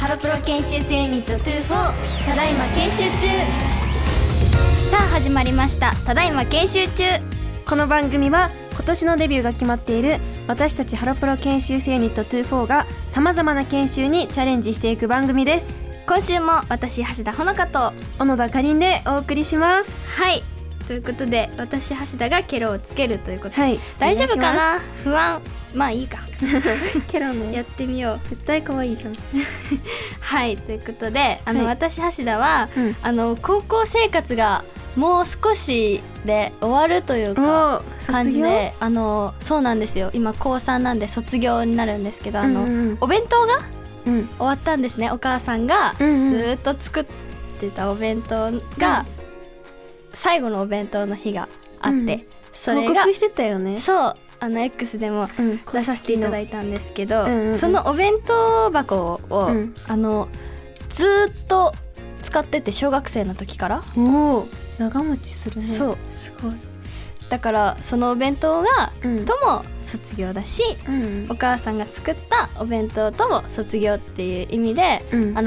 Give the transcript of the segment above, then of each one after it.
ハロプロ研修生ユニット24ただいま研修中。さあ始まりました。ただいま研修中。 この番組は今年のデビューが決まっている私たちハロプロ研修生ユニット24がさまざまな研修にチャレンジしていく番組です。 今週も私橋田ほのかと小野田かりんでお送りします。 はい、ということで私橋田がケロをつけるということで、 はい、 大丈夫かな、不安、まあいいかケロね、 やってみよう。 絶対可愛いじゃんはい、ということではい、 私橋田は、 うん、 高校生活がもう少しで終わるというか感じで、そうなんですよ。今高3なんで卒業になるんですけど、お弁当が、終わったんですね。お母さんがずっと作ってたお弁当が、最後のお弁当の日があって、それが報告してたよね。 そうX でも出させていただいたんですけど、そのお弁当箱を、ずっと使ってて、小学生の時から。 おお、長持ちするね。 そう、 すごい。 だからそのお弁当が、とも卒業だし、お母さんが作ったお弁当とも卒業っていう意味で、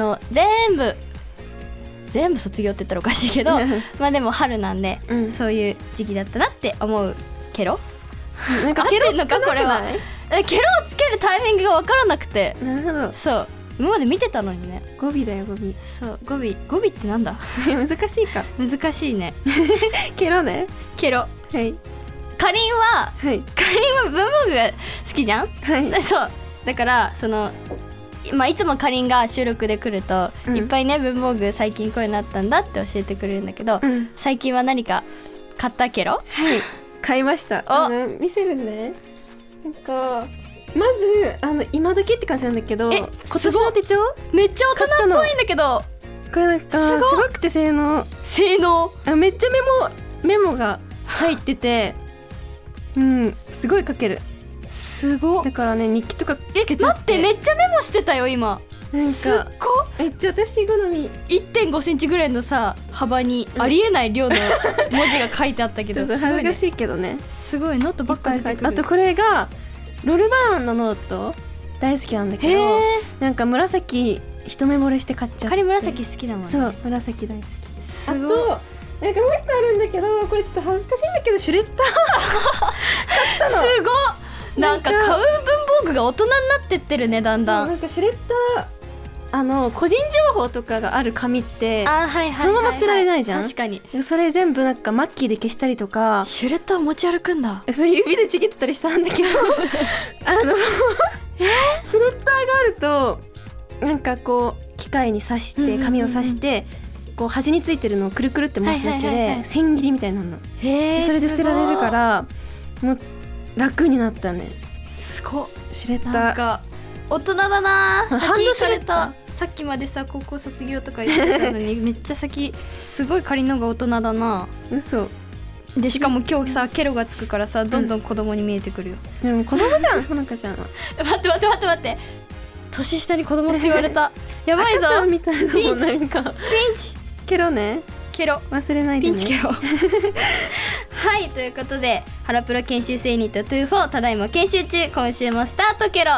全部卒業って言ったらおかしいけどまあでも春なんで、そういう時期だったなって思うケロ。 なんかケロ少なくない？ これはケロをつけるタイミングが分からなくて。 なるほど。 そう今まで見てたのにね。 語尾だよ、語尾。 そう語尾ってなんだ難しいか。 難しいねケロね。 ケロ。 はい。 かりんは、 はい。 かりんは文房具が好きじゃん。 はい。 そうだからいつもかりんが収録で来ると、いっぱいね文房具最近こういうのあったんだって教えてくれるんだけど、最近は何か買ったケロ？ はい、買いました。見せるね。なんかまず今時って感じなんだけど、今年の手帳めっちゃ大人っぽいんだけど、 これなんかすごくて性能めっちゃメモが入っててすごい書ける。 すごだからね、日記とかつけちゃって。 待って、めっちゃメモしてたよ今。 なんかめっちゃ私好み。 1.5 センチぐらいのさ幅にありえない量の文字が書いてあったけど、 ちょっと恥ずかしいけどね。 すごいノートばっかり出てくる。 あとこれがロールバーンのノート大好きなんだけど、なんか紫一目惚れして買っちゃって。 かり紫好きだもんね。 そう紫大好き。 すごい。 あとなんかもう一個あるんだけど、これちょっと恥ずかしいんだけど、シュレッダー買ったの。 すごっ。なんか買う文房具が大人になってってるね、だんだん。 なんかシュレッダー個人情報とかがある紙ってそのまま捨てられないじゃん。 確かに。 それ全部なんかマッキーで消したりとか。 シュレッダー持ち歩くんだ。 それ指でちぎってたりしたんだけどシュレッダーがあるとなんかこう機械に刺して紙を刺して、こう端についてるのをくるくるって回すだけで千切りみたいになるの。それで捨てられるからもう楽になったね。 すごっ。 シュレッダーなんか大人だな。 ハンドシュレッダー。 さっきまでさ高校卒業とか言ってたのにめっちゃ先すごい仮のが大人だな。 嘘でしかも今日さケロがつくからさどんどん子供に見えてくるよ。 でも子供じゃんほのかちゃんは。 待って年下に子供って言われたやばいぞ。 赤ちゃんみたいなもん。なんかピンチケロね。 ケロ忘れないでね。 ピンチケロはいということでハロプロ研修生ユニット24ただいま研修中。今週もスタートケロ。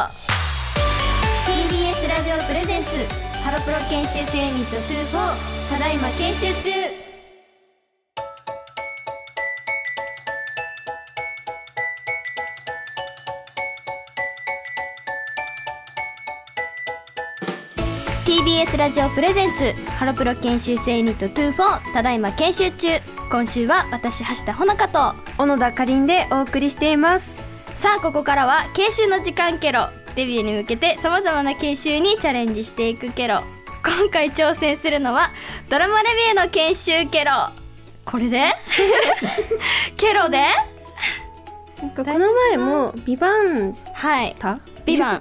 TBS ラジオプレゼンツハロプロ研修生ユニット24ただいま研修中。TBS ラジオプレゼンツハロプロ研修生ユニット24ただいま研修中。今週は私橋田ほのかと小野田かりんでお送りしています。 さあここからは研修の時間ケロ。デビューに向けてさまざまな研修にチャレンジしていくケロ。今回挑戦するのはドラマレビューの研修ケロ。これでケロでなんかこの前もビバンはいたビバン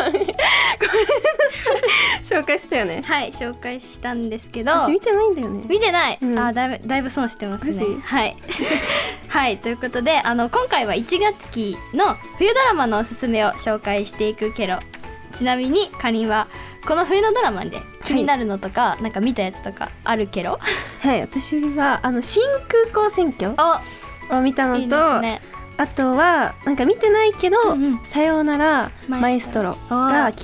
紹介したよね。 はい紹介したんですけど私見てないんだよね。 見てない、 うん、 だいぶ損してますね。 マジはいはいということで今回は1月期の冬ドラマのおすすめを紹介していくケロ。ちなみにかりんはこの冬のドラマで気になるのとか、なんか見たやつとかあるケロ。 はい私は新空港選挙を見たのといいですね。 あとはなんか見てないけど、さようならマエストロが気になって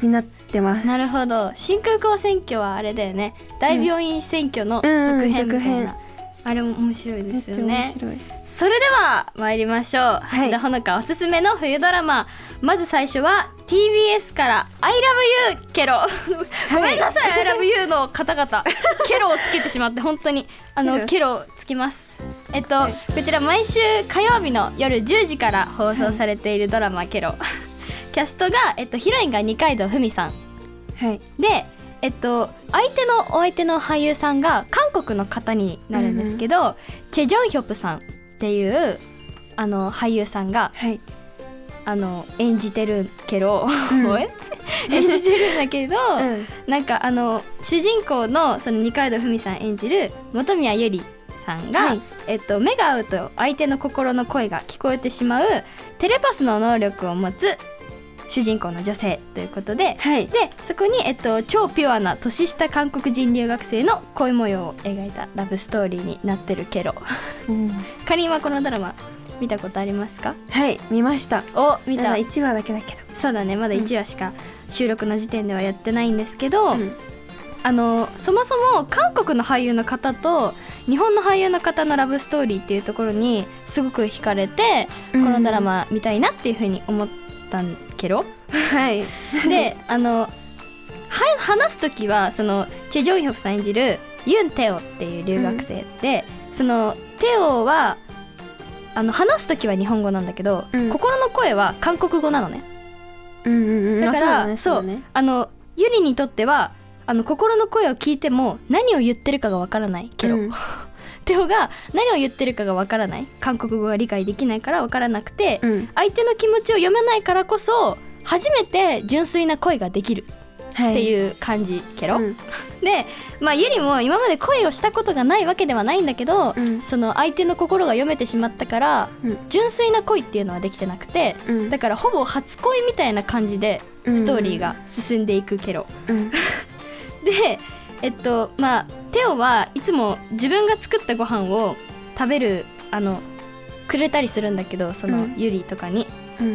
ってます。 なるほど。新空港選挙はあれだよね、大病院選挙の続編みたいな、あれも面白いですよね。 めっちゃ面白い。 それでは参りましょう、橋田ほのかおすすめの冬ドラマ。まず最初は TBS から「I love you ケロ」ごめんなさい、I love you の方々ケロをつけてしまって本当にケロつきます。こちら毎週火曜日の夜10時から放送されているドラマ、ケロキャストが、ヒロインが二階堂ふみさん、でお相手の俳優さんが韓国の方になるんですけど、チェ・ジョンヒョプさんっていう俳優さんが、演じてるけど、演じてるんだけど、なんか主人公のその二階堂ふみさん演じる本宮ゆりさんが、目が合うと相手の心の声が聞こえてしまうテレパスの能力を持つ主人公の女性ということで、でそこに、超ピュアな年下韓国人留学生の恋模様を描いたラブストーリーになってるケロ。かりんはこのドラマ見たことありますか？ はい、見ました。 見た。 1話だけだけど。 そうだね、まだ1話しか収録の時点ではやってないんですけど、そもそも韓国の俳優の方と日本の俳優の方のラブストーリーっていうところにすごく惹かれて、このドラマ見たいなっていう風に思ったんけど、で話す時はそのチェ・ジョンヒョプさん演じるユン・テオっていう留学生で、そのテオは話す時は日本語なんだけど、心の声は韓国語なのね。だからそうユリにとっては心の声を聞いても何を言ってるかがわからないけど、テオが何を言ってるかがわからない、韓国語が理解できないからわからなくて、相手の気持ちを読めないからこそ初めて純粋な恋ができるっていう感じケロ、で、ユリも今まで恋をしたことがないわけではないんだけど、その相手の心が読めてしまったから、純粋な恋っていうのはできてなくて、だからほぼ初恋みたいな感じでストーリーが進んでいくケロ、でテオはいつも自分が作ったご飯を食べるくれたりするんだけど、そのユリとかに、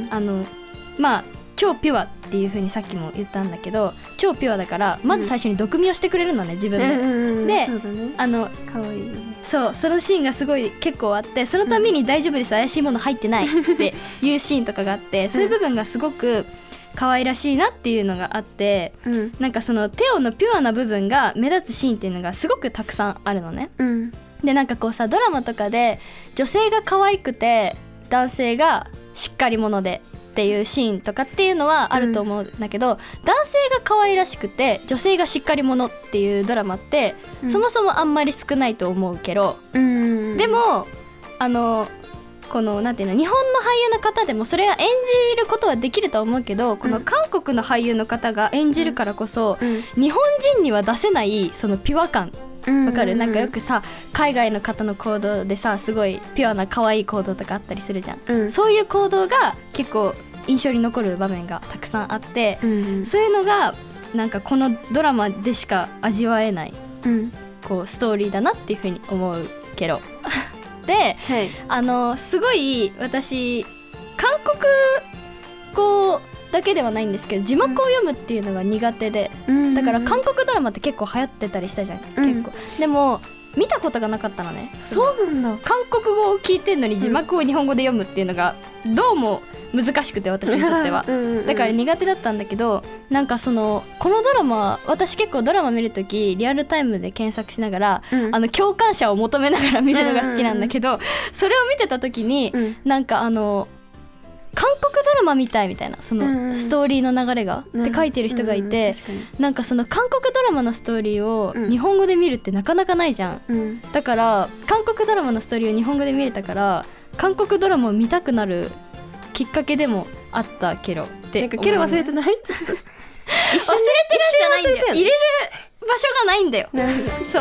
超ピュアっていう風にさっきも言ったんだけど、超ピュアだからまず最初に毒味をしてくれるのね、自分で。で、 かわいいよね。 そのシーンがすごい結構あって、そのたびに大丈夫です、怪しいもの入ってないっていうシーンとかがあって、そういう部分がすごく可愛らしいなっていうのがあって、なんかそのテオのピュアな部分が目立つシーンっていうのがすごくたくさんあるのね。でなんかこうさ、ドラマとかで女性が可愛くて男性がしっかり者でっていうシーンとかっていうのはあると思うんだけど、男性が可愛らしくて女性がしっかり者っていうドラマって、そもそもあんまり少ないと思うけど、でもこのなんていうの、日本の俳優の方でもそれは演じることはできると思うけど、この韓国の俳優の方が演じるからこそ、日本人には出せないそのピュア感、わかる？なんかよくさ、海外の方の行動でさ、すごいピュアな可愛い行動とかあったりするじゃん、そういう行動が結構印象に残る場面がたくさんあって、そういうのがなんかこのドラマでしか味わえない、こうストーリーだなっていうふうに思うけどで、すごい私韓国語だけではないんですけど、字幕を読むっていうのが苦手で、だから韓国ドラマって結構流行ってたりしたじゃん、結構。でも見たことがなかったのね。 そうなんだ。 韓国語を聞いてんのに字幕を日本語で読むっていうのがどうも難しくて、私にとってはだから苦手だったんだけど、なんかこのドラマ、私結構ドラマ見るときリアルタイムで検索しながら、共感者を求めながら見るのが好きなんだけど、それを見てたときに、なんか韓国ドラマみたいみたいな、そのストーリーの流れがって書いてる人がいて、なんかその韓国ドラマのストーリーを日本語で見るってなかなかないじゃん、だから韓国ドラマのストーリーを日本語で見れたから、韓国ドラマを見たくなるきっかけでもあったけどってなんかケロ忘れてない？忘れてるんじゃないんだよ、入れる場所がないんだよ。そう、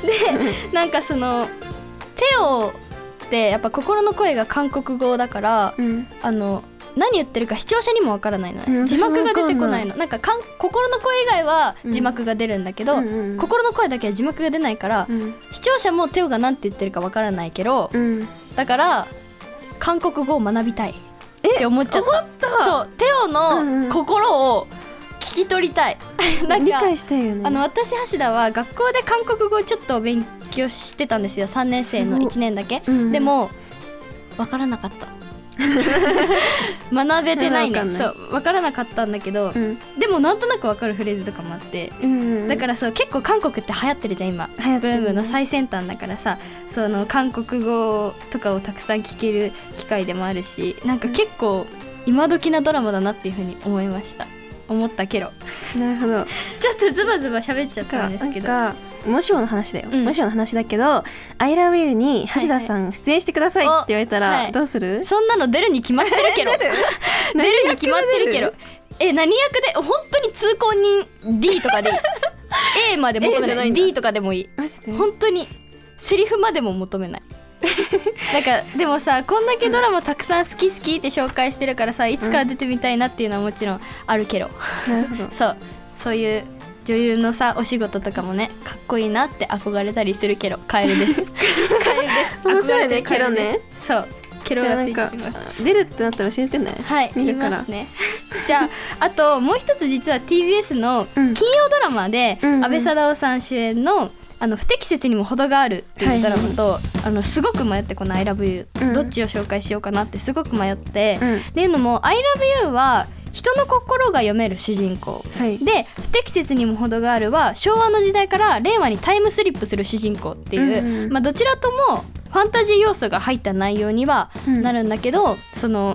でなんかそのテオってやっぱ心の声が韓国語だから、何言ってるか視聴者にもわからないのね、字幕が出てこないの。なんか心の声以外は字幕が出るんだけど、心の声だけは字幕が出ないから、視聴者もテオが何て言ってるかわからないけど、だから韓国語を学びたいって思っちゃった。そう、テオの心を聞聞き取りたいなんか理解したいよね。 私橋田は学校で韓国語をちょっと勉強してたんですよ、3年生の1年だけ、でも分からなかった学べてないね。そう分からなかったんだけど、でもなんとなく分かるフレーズとかもあって、だからそう結構韓国って流行ってるじゃん今、ブームの最先端だからさ、その韓国語とかをたくさん聞ける機会でもあるし、なんか結構今時なドラマだなっていう風に思ったけどなるほどちょっとズバズバ喋っちゃったんですけど、 もしもの話だよ、もしもの話だけど I love you に橋田さん出演してくださいって言われたらどうする？ そんなの出るに決まってるけど出るに決まってるけど、何役で本当に通行人 D とかでいいA まで求めない D とかでもいい、 マジで本当にセリフまでも求めないなんかでもさ、こんだけドラマたくさん好きって紹介してるからさ、いつか出てみたいなっていうのはもちろんあるけど、 なるほどそういう女優のさお仕事とかもねかっこいいなって憧れたりするけど、カエルですカエルです面白いね、ケロね。 そうケロがついてきます。 出るってなったら教えてね。 はい、見るから。ねじゃあともう一つ、実は TBS の金曜ドラマで、阿部サダヲさん主演の不適切にも程があるっていうドラマと、すごく迷って、この I love you、どっちを紹介しようかなってすごく迷って、っていうのも I love you は人の心が読める主人公、で不適切にも程があるは昭和の時代から令和にタイムスリップする主人公っていう、どちらともファンタジー要素が入った内容にはなるんだけど、その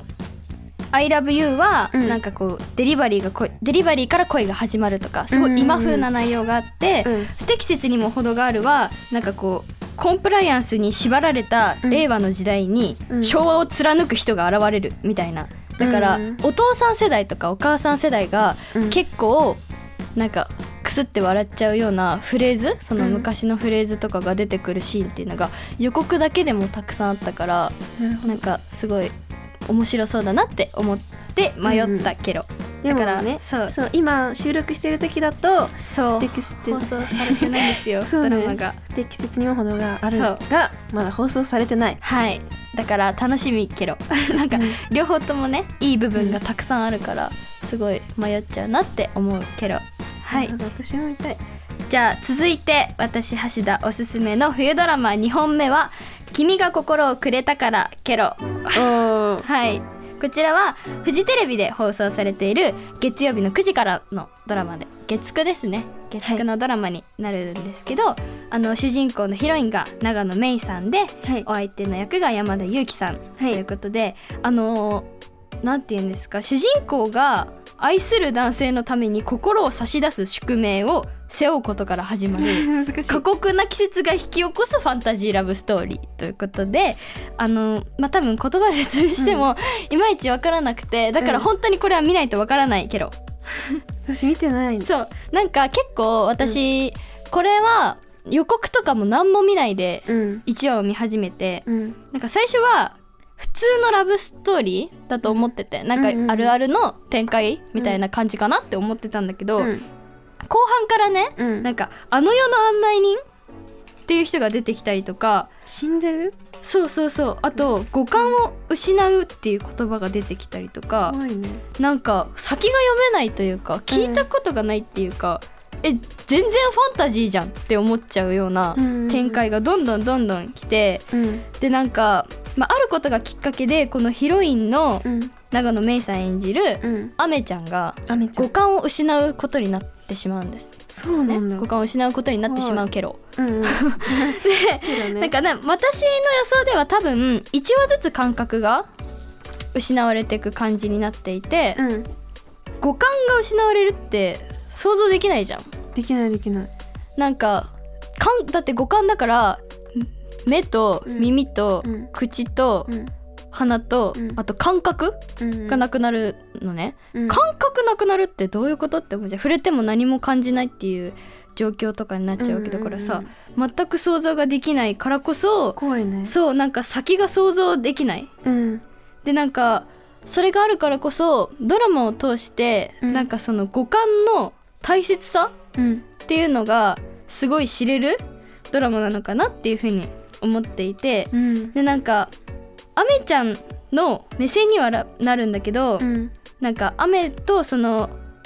I love you はなんかこう、デリバリーから恋が始まるとか、すごい今風な内容があって、不適切にも程があるはなんかこうコンプライアンスに縛られた令和の時代に昭和を貫く人が現れるみたいな。だからお父さん世代とかお母さん世代が結構なんかクスって笑っちゃうようなフレーズ、その昔のフレーズとかが出てくるシーンっていうのが予告だけでもたくさんあったから、なんかすごい面白そうだなって思って迷ったけど、だからね、 そう今収録してる時だと放送されてないんですよドラマが。 不適切にも程があるがまだ放送されてない。 はい、だから楽しみけどなんか両方ともねいい部分がたくさんあるからすごい迷っちゃうなって思うけど、はい、 私も見たい。 じゃあ続いて私橋田おすすめの冬ドラマ2本目は君が心をくれたからケロはい、こちらはフジテレビで放送されている月曜日の9時からのドラマで、月9ですね、月9のドラマになるんですけど、主人公のヒロインが永野芽郁さんで、お相手の役が山田裕貴さんということで、なんていうんですか、主人公が愛する男性のために心を差し出す宿命を背負うことから始まる過酷な季節が引き起こすファンタジーラブストーリーということで、多分言葉で説明してもいまいちわからなくて、だから本当にこれは見ないとわからないけど、 私見てない。 そうなんか結構私、これは予告とかも何も見ないで1話を見始めて、なんか最初は普通のラブストーリーだと思ってて、なんかあるあるの展開みたいな感じかなって思ってたんだけど、後半からね、なんか世の案内人っていう人が出てきたりとか、 死んでる？ そうあと五感を失うっていう言葉が出てきたりとか、なんか先が読めないというか聞いたことがないっていうか、全然ファンタジーじゃんって思っちゃうような展開がどんどん来て、でなんか、あることがきっかけでこのヒロインの永野芽郁さん演じるアメちゃんが五感を失うことになってしまうんです。 そうなんだ、 五感を失うことになってしまうケロ、でなんかね、私の予想では多分1話ずつ感覚が失われていく感じになっていて、五感が失われるって想像できないじゃん。 できないなんかだって五感だから目と耳と口と鼻と、あと感覚がなくなるのね、感覚なくなるってどういうことって思うじゃん。触れても何も感じないっていう状況とかになっちゃうわけだからさ、全く想像ができないからこそ怖いね。 そうなんか先が想像できない、でなんかそれがあるからこそドラマを通して、なんかその五感の大切さっていうのがすごい知れるドラマなのかなっていうふうに思っていて、でなんかアメちゃんの目線にはなるんだけど、なんかアメとその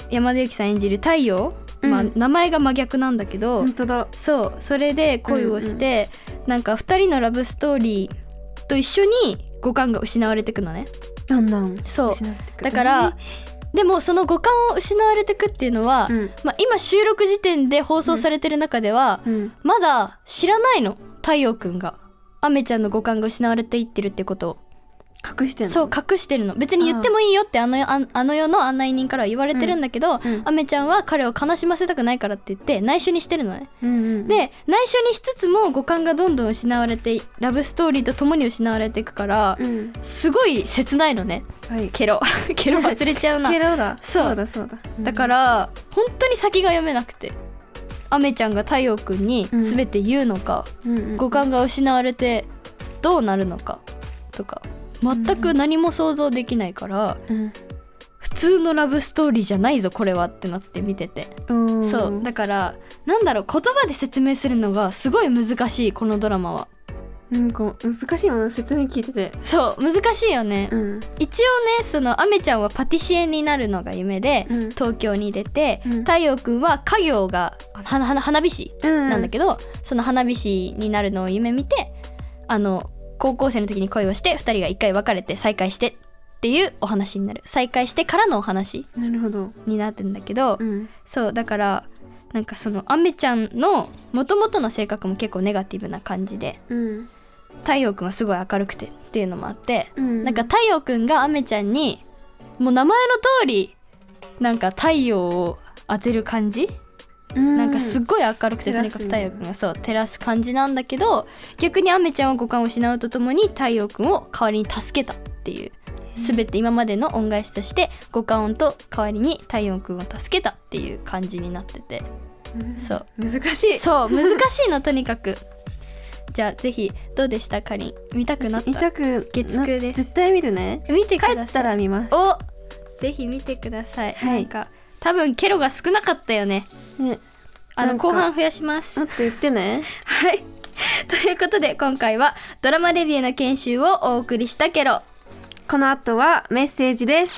山田裕貴さん演じる太陽、名前が真逆なんだけど、 本当だ。 そうそれで恋をして、なんか2人のラブストーリーと一緒に五感が失われていくのね。 だんだんそうだから、でもその五感を失われていくっていうのは、今収録時点で放送されてる中では、まだ知らないの、太陽くんがアメちゃんの五感が失われていってるってことを隠してるの。 そう隠してるの。別に言ってもいいよってあの世の案内人からは言われてるんだけど、アメちゃんは彼を悲しませたくないからって言って内緒にしてるのね、で内緒にしつつも五感がどんどん失われて、ラブストーリーとともに失われていくから、すごい切ないのね、ケロ忘れちゃうなケロだ。 そうだ、だから本当に先が読めなくて、アメちゃんが太陽くんに全て言うのか、五感が失われてどうなるのかとか全く何も想像できないから、普通のラブストーリーじゃないぞこれはってなって見てて、そうだからなんだろう、言葉で説明するのがすごい難しいこのドラマは。 なんか難しいもの説明聞いてて、 そう難しいよね、一応ね、そのアメちゃんはパティシエになるのが夢で、東京に出て、太陽くんは家業が花火師なんだけど、その花火師になるのを夢見て、高校生の時に恋をして2人が一回別れて再会してっていうお話になる。再会してからのお話になってんだけど、そうだからなんかそのアメちゃんの元々の性格も結構ネガティブな感じで、太陽くんはすごい明るくてっていうのもあって、なんか太陽くんがアメちゃんにもう名前の通りなんか太陽を当てる感じ、なんかすっごい明るくて、とにかく太陽くんがそう照らす感じなんだけど、逆にアメちゃんは五感を失うとともに太陽くんを代わりに助けたっていう、全て今までの恩返しとして五感音と代わりに太陽くんを助けたっていう感じになってて、そう難しい。 そう難しいのとにかく。じゃあぜひどうでしたかりん、見たくなった？ 月9です。絶対見るね。 見てください。 帰ったら見ます。 お、ぜひ見てください。なんか多分ケロが少なかったよね。後半増やします。 もっと言ってね。 はい。ということで今回はドラマレビューの研修をお送りしたケロ。 この後はメッセージです。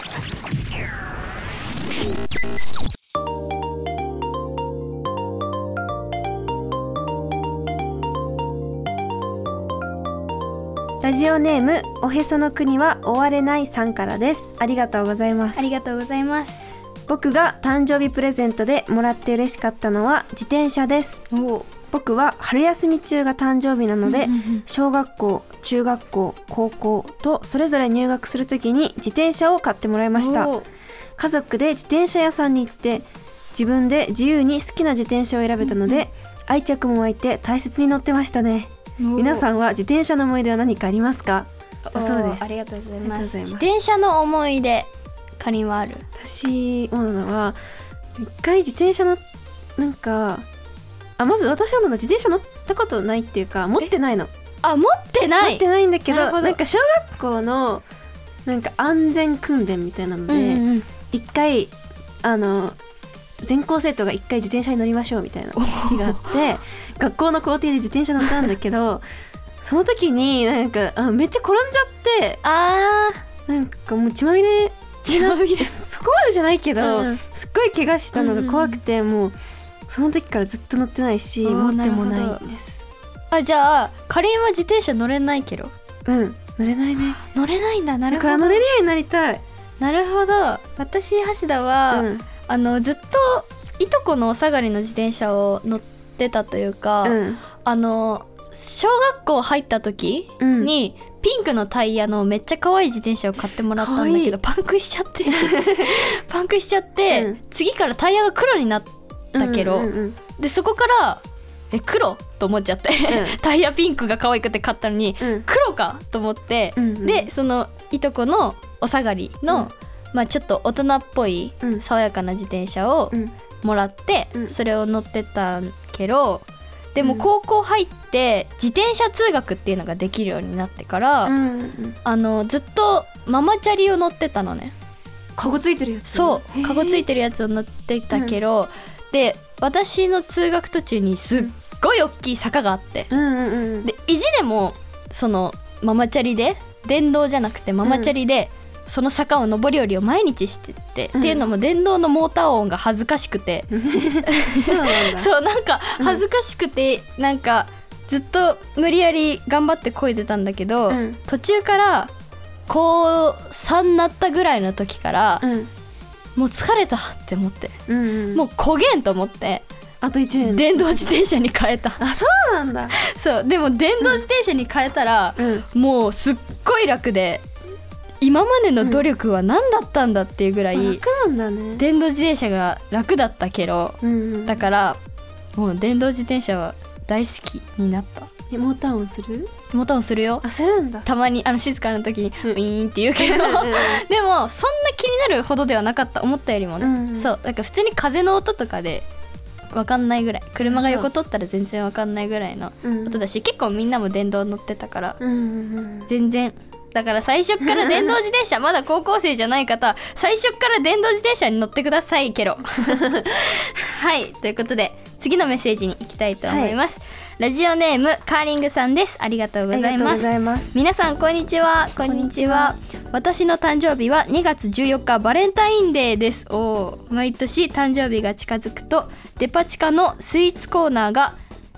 ラジオネームおへその国は終われないさんからです。ありがとうございます。 ありがとうございます。 僕が誕生日プレゼントでもらって嬉しかったのは自転車です。僕は春休み中が誕生日なので、小学校、中学校、高校とそれぞれ入学するときに自転車を買ってもらいました。家族で自転車屋さんに行って自分で自由に好きな自転車を選べたので、愛着も湧いて大切に乗ってましたね。皆さんは自転車の思い出は何かありますか？だそうです。 ありがとうございます。自転車の思い出かりんはある？ 私は一回自転車のなんかまず私は自転車乗ったことないっていうか持ってないの。 持ってないんだけど、なんか小学校のなんか安全訓練みたいなので、一回全校生徒が一回自転車に乗りましょうみたいな日があって学校の校庭で自転車乗ったんだけどその時になんかめっちゃ転んじゃってなんかもう血まみれそこまでじゃないけど、すっごい怪我したのが怖くて、もうその時からずっと乗ってないし持ってもないんです。 じゃあかりんは自転車乗れないけど？ 乗れないね。 乗れないんだ。なるほど。 だから乗れるようになりたい。 なるほど。私橋田は、ずっといとこのお下がりの自転車を乗ってたというか、小学校入った時に、ピンクのタイヤのめっちゃ可愛い自転車を買ってもらったんだけど、パンクしちゃって次からタイヤが黒になったけど、でそこから黒と思っちゃって、タイヤピンクが可愛くて買ったのに、黒かと思って、でそのいとこのお下がりの、ちょっと大人っぽい爽やかな自転車をもらって、それを乗ってたけど、でも高校入って自転車通学っていうのができるようになってから、ずっとママチャリを乗ってたのね。 カゴついてるやつ？ そうカゴついてるやつを乗ってたけど、で私の通学途中にすっごい大きい坂があって、で意地でもそのママチャリで電動じゃなくてママチャリでその坂を上り下りを毎日してって、っていうのも電動のモーター音が恥ずかしくてそうなんだそうなんか恥ずかしくて、なんかずっと無理やり頑張って漕いでたんだけど、途中から高3なったぐらいの時から、もう疲れたって思って、もう漕げんと思って、 あと1年電動自転車に変えた。 あ、そうなんだ。 そうでも電動自転車に変えたら、もうすっごい楽で、今までの努力は何だったんだっていうぐらい、 楽なんだね。 電動自転車が楽だったけど、だからもう電動自転車は大好きになった。 モーター音する？ モーター音するよ。 あ、するんだ。 たまに静かな時にウィーンって言うけどでもそんな気になるほどではなかった、思ったよりもね。そうだから普通に風の音とかで分かんないぐらい、車が横通ったら全然分かんないぐらいの音だし、結構みんなも電動乗ってたから、全然。だから最初から電動自転車まだ高校生じゃない方、最初から電動自転車に乗ってくださいケロはい、ということで次のメッセージに行きたいと思います、ラジオネームカーリングさんです。ありがとうございます。皆さんこんにちは。こんにちは。私の誕生日は2月14日バレンタインデーです。毎年誕生日が近づくとデパ地下のスイーツコーナーが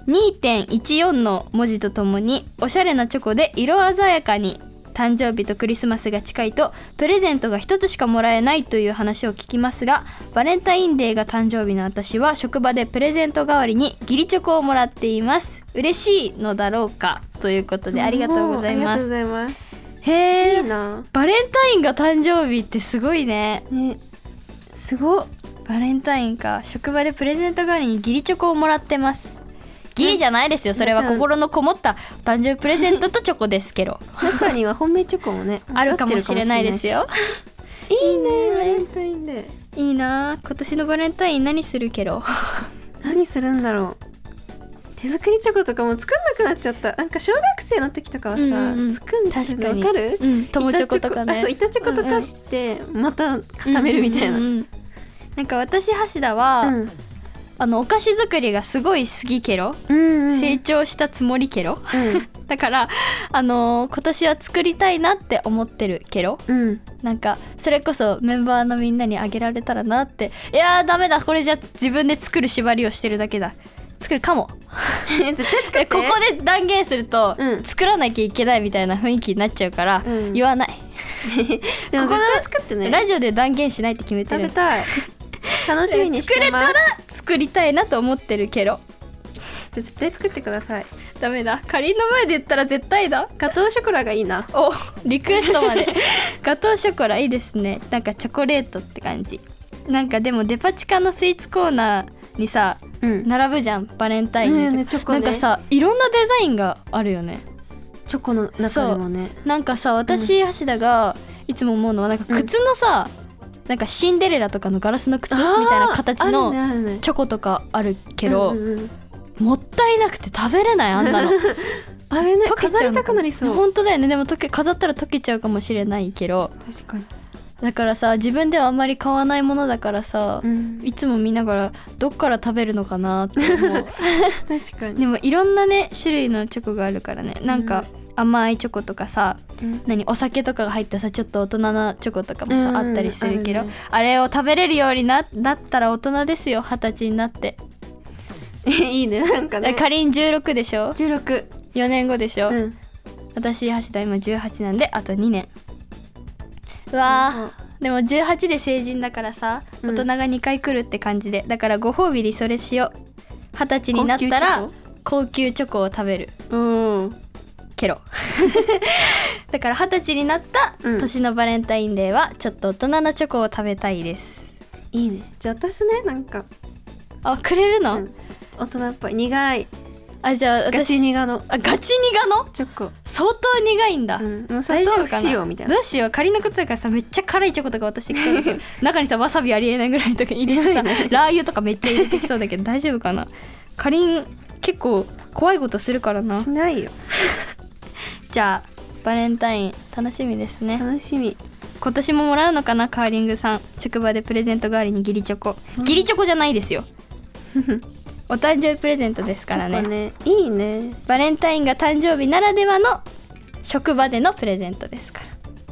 2.14 の文字とともにおしゃれなチョコで色鮮やかに、誕生日とクリスマスが近いとプレゼントが一つしかもらえないという話を聞きますが、バレンタインデーが誕生日の私は職場でプレゼント代わりに義理チョコをもらっています。嬉しいのだろうか、ということでありがとうございます。へー、いいな。バレンタインが誕生日ってすごいね。 すごっ。 バレンタインか。職場でプレゼント代わりに義理チョコをもらってます。義理じゃないですよ、それは心のこもった誕生日プレゼントとチョコですけど中には本命チョコもねあるかもしれないですよいいね、バレンタインでいいな。今年のバレンタイン何するけど何するんだろう。手作りチョコとかも作んなくなっちゃった。なんか小学生の時とかはさ、作んでたの分かる？ 友チョコとかね。 そう、板チョコとかしてまた固めるみたいな。 なんか私橋田は、お菓子作りがすごい好きケロ、成長したつもりケロ、だから今年は作りたいなって思ってるケロ、なんかそれこそメンバーのみんなにあげられたらなって。いやーダメだ、これじゃ自分で作る縛りをしてるだけだ。作るかも絶対作って。 ここで断言すると、作らなきゃいけないみたいな雰囲気になっちゃうから、言わないでも絶対作ってね。 ラジオで断言しないって決めてる。 食べたい楽しみにしてます。 作れたら作りたいなと思ってるけど、 じゃ絶対作ってください。 ダメだ、かりんの前で言ったら絶対だ。 ガトーショコラがいいな。 お、リクエストまでガトーショコラいいですね。なんかチョコレートって感じ。なんかでもデパ地下のスイーツコーナーにさ、並ぶじゃんバレンタインのチョコ、なんかさいろんなデザインがあるよね、チョコの中でもね。なんかさ、私橋田がいつも思うのは、なんか靴のさ、なんかシンデレラとかのガラスの靴みたいな形のチョコとかあるけど、もったいなくて食べれない、あんなのあれね、飾りたくなりそう。 本当だよね。でも飾ったら溶けちゃうかもしれないけど、 確かに。 だからさ、自分ではあんまり買わないものだからさ、いつも見ながらどっから食べるのかなって思う確かに。 でもいろんなね種類のチョコがあるからね。なんか甘いチョコとかさ、お酒とかが入ったさちょっと大人なチョコとかもさ、あったりするけど、あれを食べれるようになったら大人ですよ、20歳になっていいね。なんかね、 かりん16でしょ。 16、 4年後でしょ、私橋田今18なんであと2年。うわー、でも18で成人だからさ、大人が2回来るって感じで、だからご褒美にそれしよう。20歳になったら高級チョコを食べるケロだから20歳になった年のバレンタインデーはちょっと大人なチョコを食べたいです。 いいね。じゃあ私ね、なんかくれるの、 大人っぽい苦い、 じゃあガチ苦のガチ苦のチョコ、 相当苦いんだ、 もう砂糖不使用みたいな。 どうしよう、仮のことだからさ、めっちゃ辛いチョコとか私中にさわさびありえないぐらいとか入れてさラー油とかめっちゃ入れてきそうだけど大丈夫かな。かりん結構怖いことするからな。 しないよじゃあバレンタイン楽しみですね。 楽しみ。 今年ももらうのかな、カーリングさん。職場でプレゼント代わりに義理チョコ、義理チョコじゃないですよお誕生日プレゼントですからね。 いいね。 バレンタインが誕生日ならではの職場でのプレゼントですから。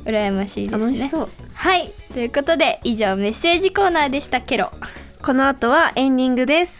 羨ましいですね。 楽しそう。 はい、ということで以上メッセージコーナーでしたケロ。 この後はエンディングです。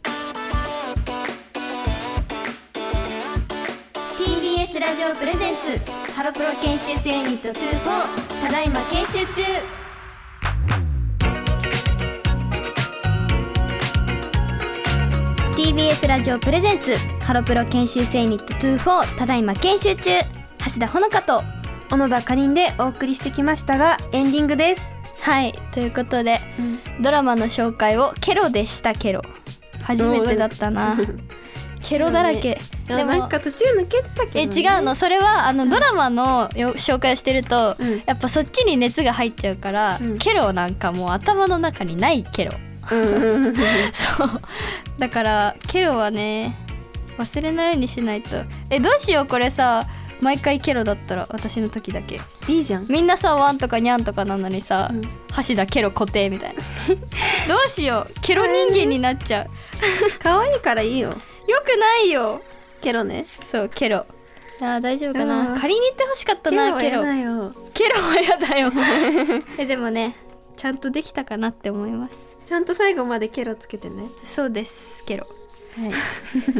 TBS ラジオプレゼンツハロプロ研修生ユニット24ただいま研修中。TBS ラジオプレゼンツハロプロ研修生ユニット24ただいま研修中、橋田ほのかと小野田かりんでお送りしてきましたがエンディングです。 はい、ということで、ドラマの紹介をケロでしたケロ。初めてだったなケロだらけ。 でもなんか途中抜けてたけど、ね、 違うの、それはドラマの紹介をしてると、やっぱそっちに熱が入っちゃうから、ケロなんかもう頭の中にないケロそうだからケロはね忘れないようにしないと。どうしようこれさ、毎回ケロだったら私の時だけいいじゃん。 みんなさワンとかニャンとかなのにさ、橋田ケロ固定みたいなどうしよう、ケロ人間になっちゃう可愛いからいいよ。 よくないよケロね。 そうケロ。大丈夫かな、仮に言ってほしかったな。ケロはやだよ。ケロはやだよでもねちゃんとできたかなって思います。 ちゃんと最後までケロつけてね。 そうですケロはい、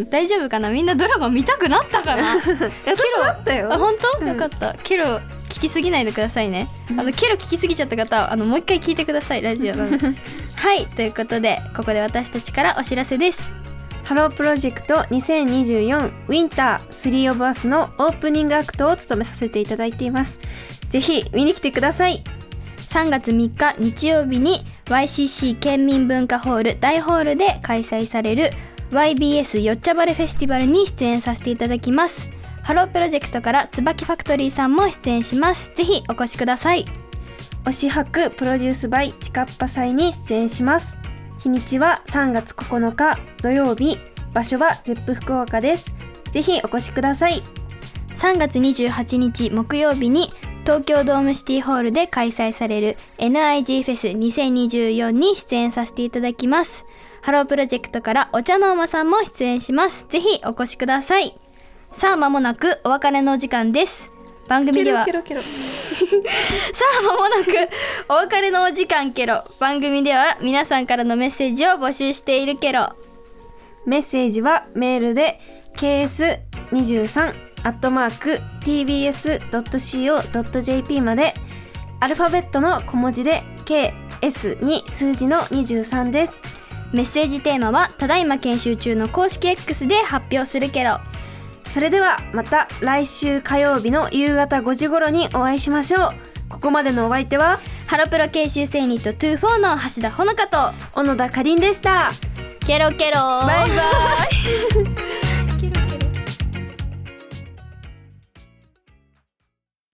大丈夫かな、みんなドラマ見たくなったかな。 私だったよ。 あ本当、よかった。ケロ聞きすぎないでくださいね。ケロ聞きすぎちゃった方もう一回聞いてください、ラジオなのではいということでここで私たちからお知らせです。 ハロープロジェクト2024ウィンター3オブアスのオープニングアクトを務めさせていただいています。ぜひ見に来てください。 3月3日日曜日に YCC 県民文化ホール大ホールで開催される YBS よっちゃバレフェスティバルに出演させていただきます。ハロープロジェクトから椿ファクトリーさんも出演します。ぜひお越しください。 推し博プロデュースバイチカッパ祭に出演します。日にちは3月9日土曜日、場所はゼップ福岡です。ぜひお越しください。 3月28日木曜日に東京ドームシティホールで開催される NIG フェス2024に出演させていただきます。ハロープロジェクトからお茶の間さんも出演します。ぜひお越しください。さあ間もなくお別れのお時間です。番組ではケロケロケロさあ間もなくお別れのお時間ケロ。番組では皆さんからのメッセージを募集しているケロ。 メッセージはメールで ks23@tbs.co.jp まで、アルファベットの小文字で KS に数字の23です。 メッセージテーマはただいま研修中の公式 X で発表するケロ。 それではまた来週火曜日の夕方5時頃にお会いしましょう。ここまでのお相手はハロプロ研修生ユニット24の橋田ほのかと小野田かりんでした。 ケロケロバイバイ